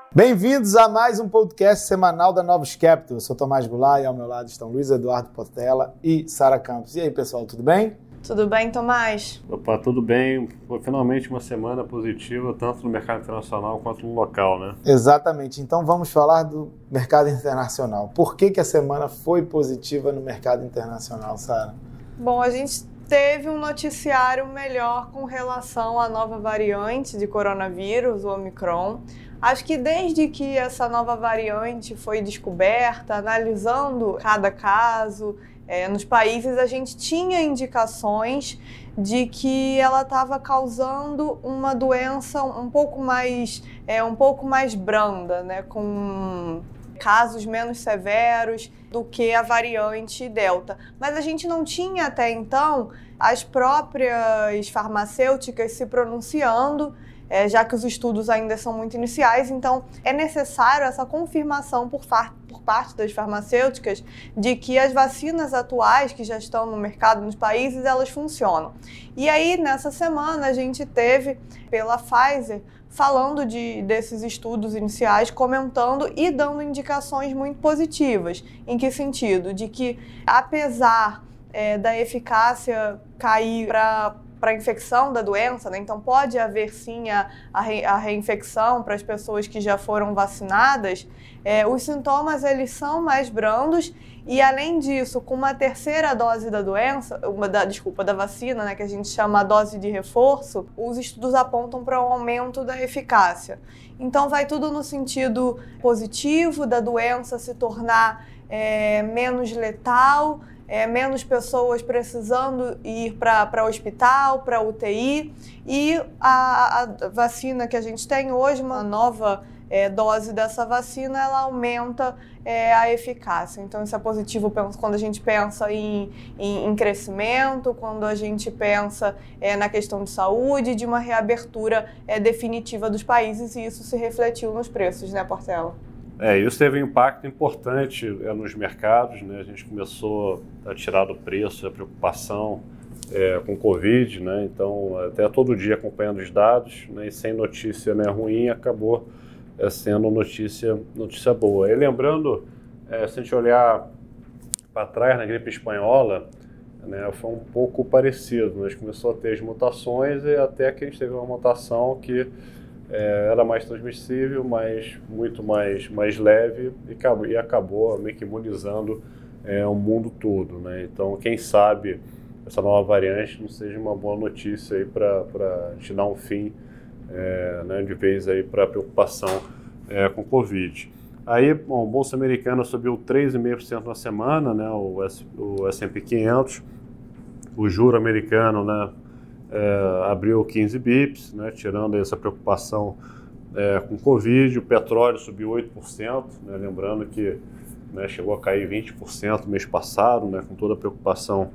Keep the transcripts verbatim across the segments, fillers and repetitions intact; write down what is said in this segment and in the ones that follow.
Bem-vindos a mais um podcast semanal da Novos Capital. Eu sou Tomás Goulart e ao meu lado estão Luiz Eduardo Portela e Sara Campos. E aí, pessoal, tudo bem? Tudo bem, Tomás? Opa, tudo bem. Foi finalmente uma semana positiva, tanto no mercado internacional quanto no local, né? Exatamente. Então vamos falar do mercado internacional. Por que que a semana foi positiva no mercado internacional, Sara? Bom, a gente teve um noticiário melhor com relação à nova variante de coronavírus, o Omicron. Acho que desde que essa nova variante foi descoberta, analisando cada caso, é, nos países, a gente tinha indicações de que ela estava causando uma doença um pouco mais, é, um pouco mais branda, né, com casos menos severos do que a variante Delta. Mas a gente não tinha até então as próprias farmacêuticas se pronunciando, É, já que os estudos ainda são muito iniciais, então é necessário essa confirmação por, por parte das farmacêuticas de que as vacinas atuais que já estão no mercado nos países, elas funcionam. E aí, nessa semana, a gente teve pela Pfizer falando de, desses estudos iniciais, comentando e dando indicações muito positivas. Em que sentido? De que, apesar é, da eficácia cair para para a infecção da doença, né? Então pode haver sim a, a, re, a reinfecção para as pessoas que já foram vacinadas, é, os sintomas eles são mais brandos e além disso, com uma terceira dose da doença, uma da, desculpa, da vacina, né, que a gente chama a dose de reforço, os estudos apontam para um aumento da eficácia. Então vai tudo no sentido positivo da doença se tornar é, menos letal, É, menos pessoas precisando ir para o hospital, para a U T I. E a, a vacina que a gente tem hoje, uma nova é, dose dessa vacina, ela aumenta é, a eficácia. Então isso é positivo quando a gente pensa em, em, em crescimento, quando a gente pensa é, na questão de saúde, de uma reabertura é, definitiva dos países, e isso se refletiu nos preços, né, Portela? É, isso teve um impacto importante é, nos mercados, né? A gente começou a tirar do preço a preocupação é, com o Covid, né? Então, até todo dia acompanhando os dados, né? E sem notícia, né, ruim, acabou é, sendo notícia, notícia boa. E lembrando, é, se a gente olhar para trás na gripe espanhola, né, foi um pouco parecido, né? A gente começou a ter as mutações e até que a gente teve uma mutação que É, era mais transmissível, mas muito mais, mais leve e acabou, e acabou meio que imunizando é, o mundo todo, né? Então, quem sabe essa nova variante não seja uma boa notícia aí para a gente dar um fim é, né, de vez aí para a preocupação é, com o Covid. Aí, bom, a Bolsa Americana subiu três vírgula cinco por cento na semana, né? O, S, o S and P quinhentos, o juro americano, né? É, abriu quinze bips, né, tirando essa preocupação é, com Covid. O petróleo subiu oito por cento, né, lembrando que né, chegou a cair vinte por cento no mês passado, né, com toda a preocupação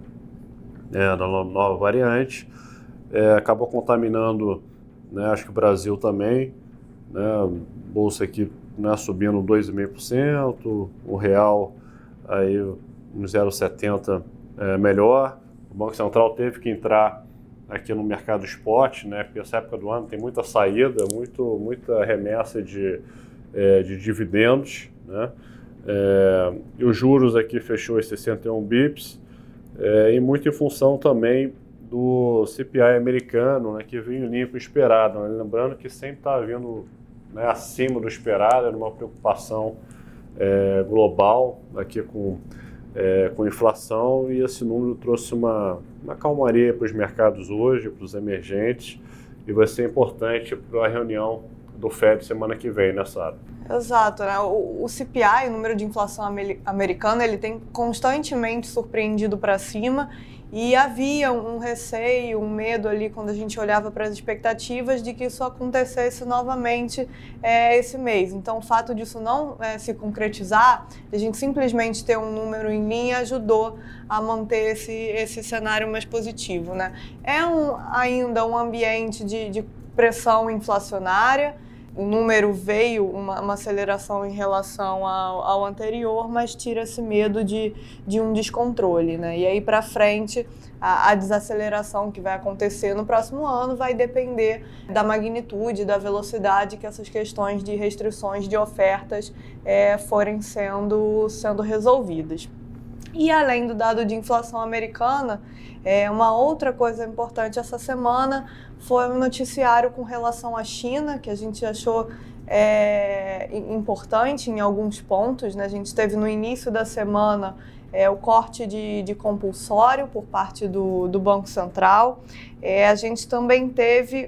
é, da nova variante. É, acabou contaminando, né, acho que o Brasil também, né, bolsa aqui né, subindo dois vírgula cinco por cento, o real aí um zero vírgula setenta é, melhor. O Banco Central teve que entrar aqui no mercado spot, né, porque essa época do ano tem muita saída, muito, muita remessa de, é, de dividendos, né, é, e os juros aqui fechou em sessenta e um bips, é, e muito em função também do C P I americano, né, que vinha limpo esperado, né, lembrando que sempre está vindo né, acima do esperado, era uma preocupação é, global aqui com É, com inflação, e esse número trouxe uma, uma calmaria para os mercados hoje, para os emergentes, e vai ser importante para a reunião do Fed semana que vem, né, Sara? Exato, né? O, o C P I, o número de inflação americana, ele tem constantemente surpreendido para cima, e havia um receio, um medo ali quando a gente olhava para as expectativas de que isso acontecesse novamente é, esse mês. Então, o fato disso não é, se concretizar, a gente simplesmente ter um número em linha ajudou a manter esse, esse cenário mais positivo, né? É um, ainda um ambiente de, de pressão inflacionária. O número veio uma, uma aceleração em relação ao, ao anterior, mas tira esse medo de, de um descontrole, né? E aí para frente a, a desaceleração que vai acontecer no próximo ano vai depender da magnitude, da velocidade que essas questões de restrições de ofertas é, forem sendo, sendo resolvidas. E além do dado de inflação americana, é, uma outra coisa importante essa semana foi um noticiário com relação à China, que a gente achou é, importante em alguns pontos, né? A gente teve no início da semana é, o corte de, de compulsório por parte do, do Banco Central. É, a gente também teve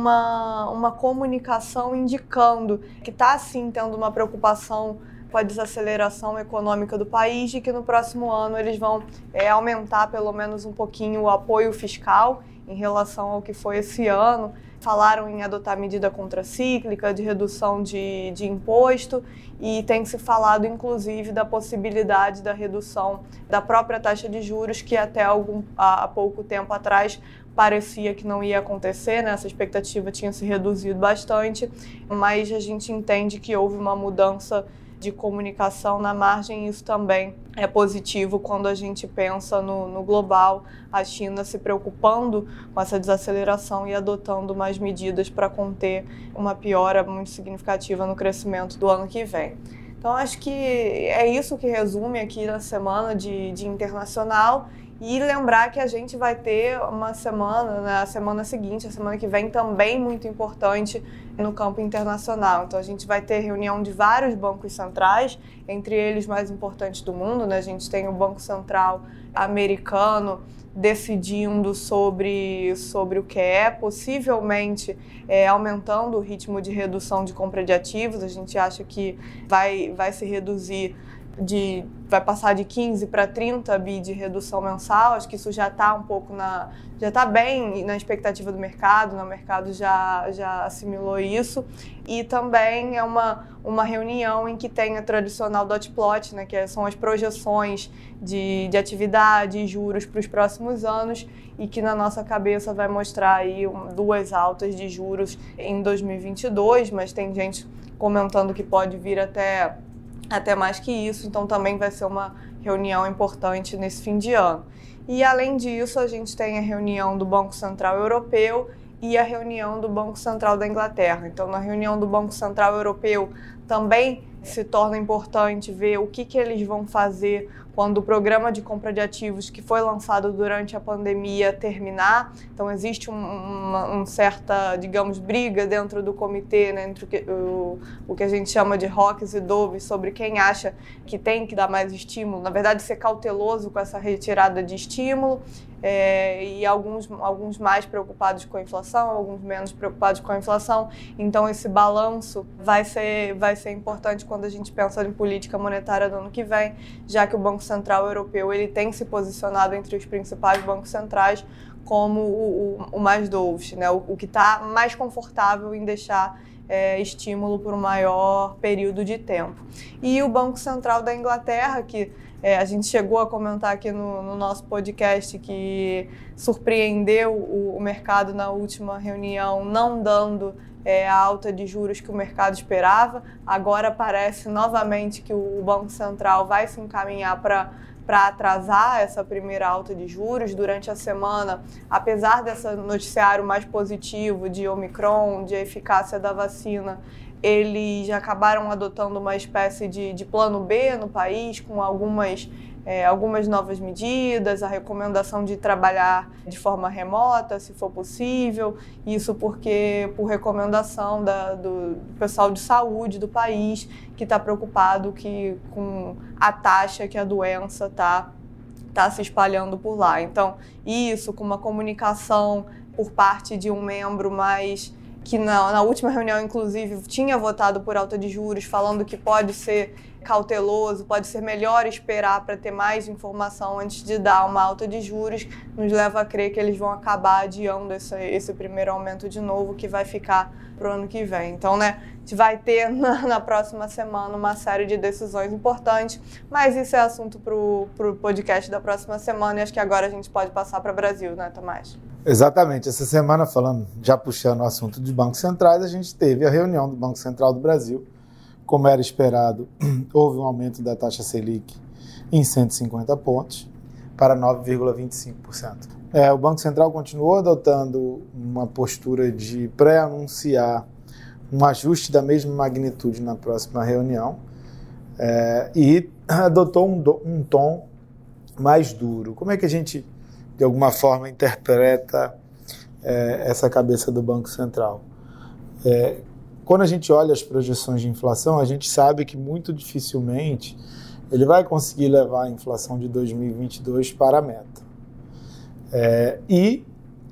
uma, uma comunicação indicando que está, sim, tendo uma preocupação com a desaceleração econômica do país e que no próximo ano eles vão é, aumentar pelo menos um pouquinho o apoio fiscal em relação ao que foi esse ano. Falaram em adotar medida contracíclica, de redução de, de imposto e tem se falado inclusive da possibilidade da redução da própria taxa de juros, que até algum, há, há pouco tempo atrás parecia que não ia acontecer, né? Essa expectativa tinha se reduzido bastante, mas a gente entende que houve uma mudança de comunicação na margem, isso também é positivo quando a gente pensa no, no global, a China se preocupando com essa desaceleração e adotando mais medidas para conter uma piora muito significativa no crescimento do ano que vem. Então, acho que é isso que resume aqui na semana de, de internacional. E lembrar que a gente vai ter uma semana, né, a semana seguinte, a semana que vem, também muito importante no campo internacional. Então, a gente vai ter reunião de vários bancos centrais, entre eles mais importantes do mundo, né? A gente tem o Banco Central americano decidindo sobre, sobre o que é, possivelmente é, aumentando o ritmo de redução de compra de ativos. A gente acha que vai, vai se reduzir De, vai passar de quinze para trinta bi de redução mensal. Acho que isso já está um pouco na, já está bem na expectativa do mercado, né? O mercado já, já assimilou isso. E também é uma, uma reunião em que tem a tradicional dot plot, né? Que são as projeções de, de atividade e juros para os próximos anos e que na nossa cabeça vai mostrar aí duas altas de juros em dois mil e vinte e dois, mas tem gente comentando que pode vir até até mais que isso, então também vai ser uma reunião importante nesse fim de ano. E além disso, a gente tem a reunião do Banco Central Europeu e a reunião do Banco Central da Inglaterra. Então, na reunião do Banco Central Europeu também se torna importante ver o que, que eles vão fazer quando o programa de compra de ativos que foi lançado durante a pandemia terminar. Então, existe um, uma um certa, digamos, briga dentro do comitê, né, entre o que, o, o que a gente chama de rocks e doves, sobre quem acha que tem que dar mais estímulo. Na verdade, ser cauteloso com essa retirada de estímulo. É, e alguns, alguns mais preocupados com a inflação, alguns menos preocupados com a inflação. Então, esse balanço vai ser, vai ser importante quando a gente pensa em política monetária do ano que vem, já que o Banco Central Europeu ele tem se posicionado entre os principais bancos centrais como o, o, o mais dovish, né? o, o que está mais confortável em deixar É, estímulo por um maior período de tempo. E o Banco Central da Inglaterra, que é, a gente chegou a comentar aqui no, no nosso podcast, que surpreendeu o, o mercado na última reunião, não dando é, a alta de juros que o mercado esperava. Agora parece novamente que o Banco Central vai se encaminhar para para atrasar essa primeira alta de juros durante a semana, apesar desse noticiário mais positivo de Omicron, de eficácia da vacina, eles já acabaram adotando uma espécie de, de plano B no país, com algumas, é, algumas novas medidas, a recomendação de trabalhar de forma remota, se for possível, isso porque por recomendação da, do pessoal de saúde do país, que está preocupado que, com a taxa que a doença está tá se espalhando por lá. Então, isso com uma comunicação por parte de um membro mais que na, na última reunião, inclusive, tinha votado por alta de juros, falando que pode ser cauteloso, pode ser melhor esperar para ter mais informação antes de dar uma alta de juros, nos leva a crer que eles vão acabar adiando esse, esse primeiro aumento de novo, que vai ficar para o ano que vem. Então, né, a gente vai ter na, na próxima semana uma série de decisões importantes, mas isso é assunto para o podcast da próxima semana, e acho que agora a gente pode passar para o Brasil, né, Tomás? Exatamente. Essa semana, falando, já puxando o assunto de bancos centrais, a gente teve a reunião do Banco Central do Brasil. Como era esperado, houve um aumento da taxa Selic em cento e cinquenta pontos. para nove vírgula vinte e cinco por cento. É, o Banco Central continuou adotando uma postura de pré-anunciar um ajuste da mesma magnitude na próxima reunião é, e adotou um, do, um tom mais duro. Como é que a gente, de alguma forma, interpreta é, essa cabeça do Banco Central? É, quando a gente olha as projeções de inflação, a gente sabe que muito dificilmente ele vai conseguir levar a inflação de dois mil e vinte e dois para a meta. É, e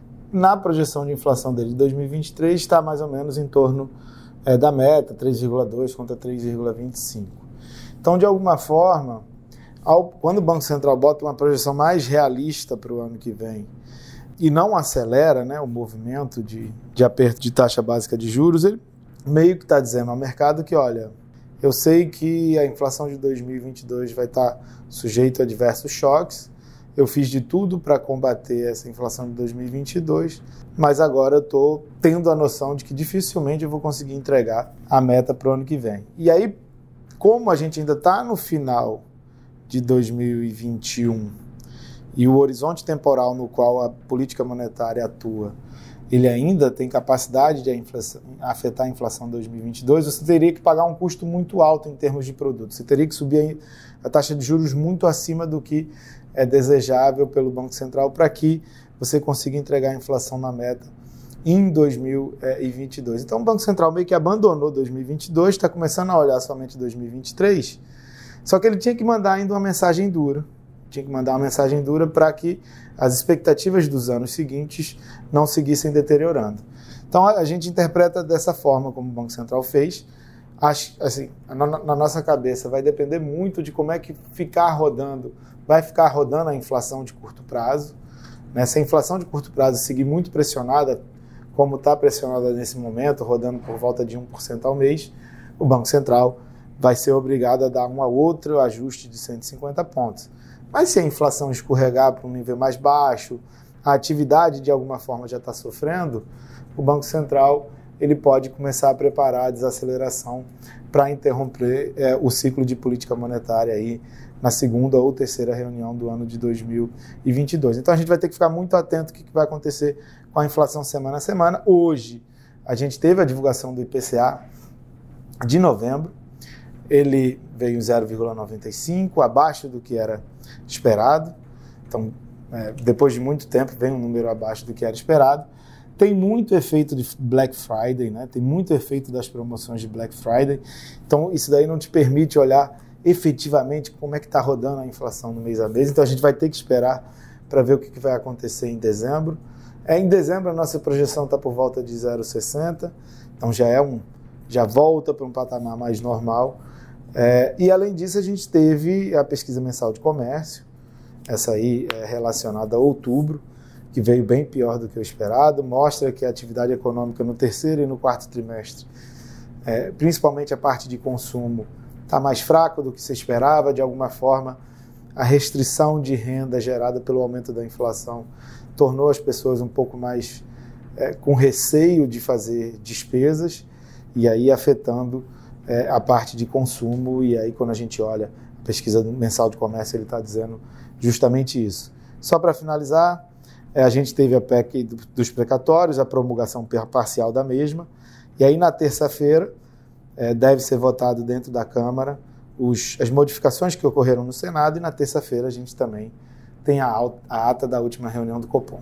na projeção de inflação dele de dois mil e vinte e três está mais ou menos em torno é, da meta, três vírgula dois contra três vírgula vinte e cinco. Então, de alguma forma, ao, quando o Banco Central bota uma projeção mais realista para o ano que vem e não acelera, né, o movimento de, de aperto de taxa básica de juros, ele meio que está dizendo ao mercado que, olha, eu sei que a inflação de dois mil e vinte e dois vai estar sujeita a diversos choques, eu fiz de tudo para combater essa inflação de dois mil e vinte e dois, mas agora eu estou tendo a noção de que dificilmente eu vou conseguir entregar a meta para o ano que vem. E aí, como a gente ainda está no final de dois mil e vinte e um e o horizonte temporal no qual a política monetária atua, ele ainda tem capacidade de inflação, afetar a inflação de dois mil e vinte e dois, você teria que pagar um custo muito alto em termos de produto. Você teria que subir a taxa de juros muito acima do que é desejável pelo Banco Central para que você consiga entregar a inflação na meta em dois mil e vinte e dois. Então o Banco Central meio que abandonou dois mil e vinte e dois, está começando a olhar somente dois mil e vinte e três, só que ele tinha que mandar ainda uma mensagem dura. Tinha que mandar uma mensagem dura para que as expectativas dos anos seguintes não seguissem deteriorando. Então a gente interpreta dessa forma como o Banco Central fez. Acho, assim, na, na nossa cabeça vai depender muito de como é que ficar rodando, vai ficar rodando a inflação de curto prazo. Né? Se a inflação de curto prazo seguir muito pressionada, como está pressionada nesse momento, rodando por volta de um por cento ao mês, o Banco Central vai ser obrigado a dar um outro ajuste de cento e cinquenta pontos. Mas se a inflação escorregar para um nível mais baixo, a atividade de alguma forma já está sofrendo, o Banco Central ele pode começar a preparar a desaceleração para interromper é, o ciclo de política monetária aí na segunda ou terceira reunião do ano de dois mil e vinte e dois. Então a gente vai ter que ficar muito atento ao que vai acontecer com a inflação semana a semana. Hoje a gente teve a divulgação do I P C A de novembro, ele veio zero vírgula noventa e cinco, abaixo do que era esperado. Então, é, depois de muito tempo, vem um número abaixo do que era esperado. Tem muito efeito de Black Friday, né? Tem muito efeito das promoções de Black Friday. Então, isso daí não te permite olhar efetivamente como é que está rodando a inflação no mês a mês. Então, a gente vai ter que esperar para ver o que, que vai acontecer em dezembro. É, em dezembro, a nossa projeção está por volta de zero vírgula sessenta. Então, já, é um, já volta para um patamar mais normal. É, e, além disso, a gente teve a pesquisa mensal de comércio, essa aí é relacionada a outubro, que veio bem pior do que o esperado, mostra que a atividade econômica no terceiro e no quarto trimestre, é, principalmente a parte de consumo, está mais fraca do que se esperava. De alguma forma, a restrição de renda gerada pelo aumento da inflação tornou as pessoas um pouco mais é, com receio de fazer despesas e aí afetando É, a parte de consumo. E aí, quando a gente olha a pesquisa mensal de comércio, ele está dizendo justamente isso. Só para finalizar, é, a gente teve a P E C do, dos precatórios, a promulgação parcial da mesma, e aí na terça-feira é, deve ser votado dentro da Câmara os, as modificações que ocorreram no Senado, e na terça-feira a gente também tem a, a ata da última reunião do Copom.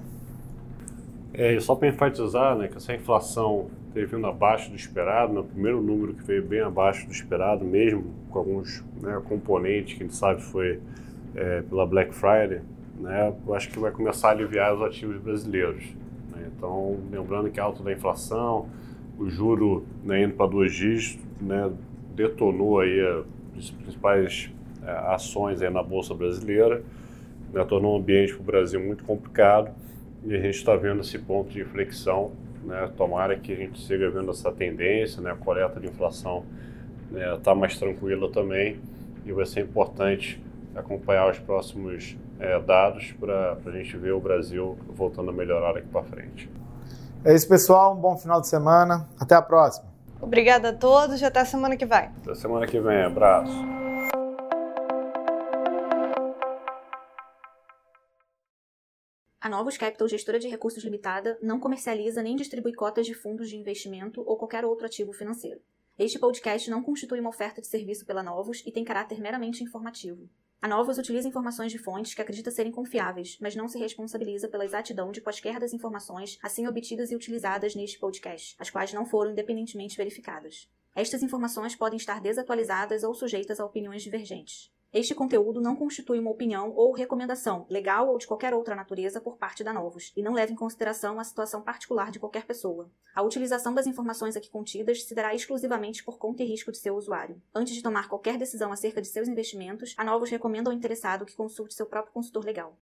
É, e só para enfatizar, né, que essa inflação teve vindo abaixo do esperado, no primeiro número que veio bem abaixo do esperado, mesmo com alguns, né, componentes que a gente sabe foi é, pela Black Friday, né, eu acho que vai começar a aliviar os ativos brasileiros. Né? Então, lembrando que a alta da inflação, o juro, né, indo para dois dígitos, né, detonou aí as principais é, ações aí na Bolsa Brasileira, né, tornou o ambiente para o Brasil muito complicado, e a gente está vendo esse ponto de inflexão. Né, tomara que a gente siga vendo essa tendência, né, a coleta de inflação está né, mais tranquila também, e vai ser importante acompanhar os próximos é, dados para a gente ver o Brasil voltando a melhorar daqui para frente. É isso, pessoal. Um bom final de semana. Até a próxima. Obrigada a todos e até semana que vem. Até semana que vem. Abraço. A Novos Capital, gestora de recursos limitada, não comercializa nem distribui cotas de fundos de investimento ou qualquer outro ativo financeiro. Este podcast não constitui uma oferta de serviço pela Novos e tem caráter meramente informativo. A Novos utiliza informações de fontes que acredita serem confiáveis, mas não se responsabiliza pela exatidão de quaisquer das informações assim obtidas e utilizadas neste podcast, as quais não foram independentemente verificadas. Estas informações podem estar desatualizadas ou sujeitas a opiniões divergentes. Este conteúdo não constitui uma opinião ou recomendação, legal ou de qualquer outra natureza, por parte da Novos, e não leva em consideração a situação particular de qualquer pessoa. A utilização das informações aqui contidas se dará exclusivamente por conta e risco de seu usuário. Antes de tomar qualquer decisão acerca de seus investimentos, a Novos recomenda ao interessado que consulte seu próprio consultor legal.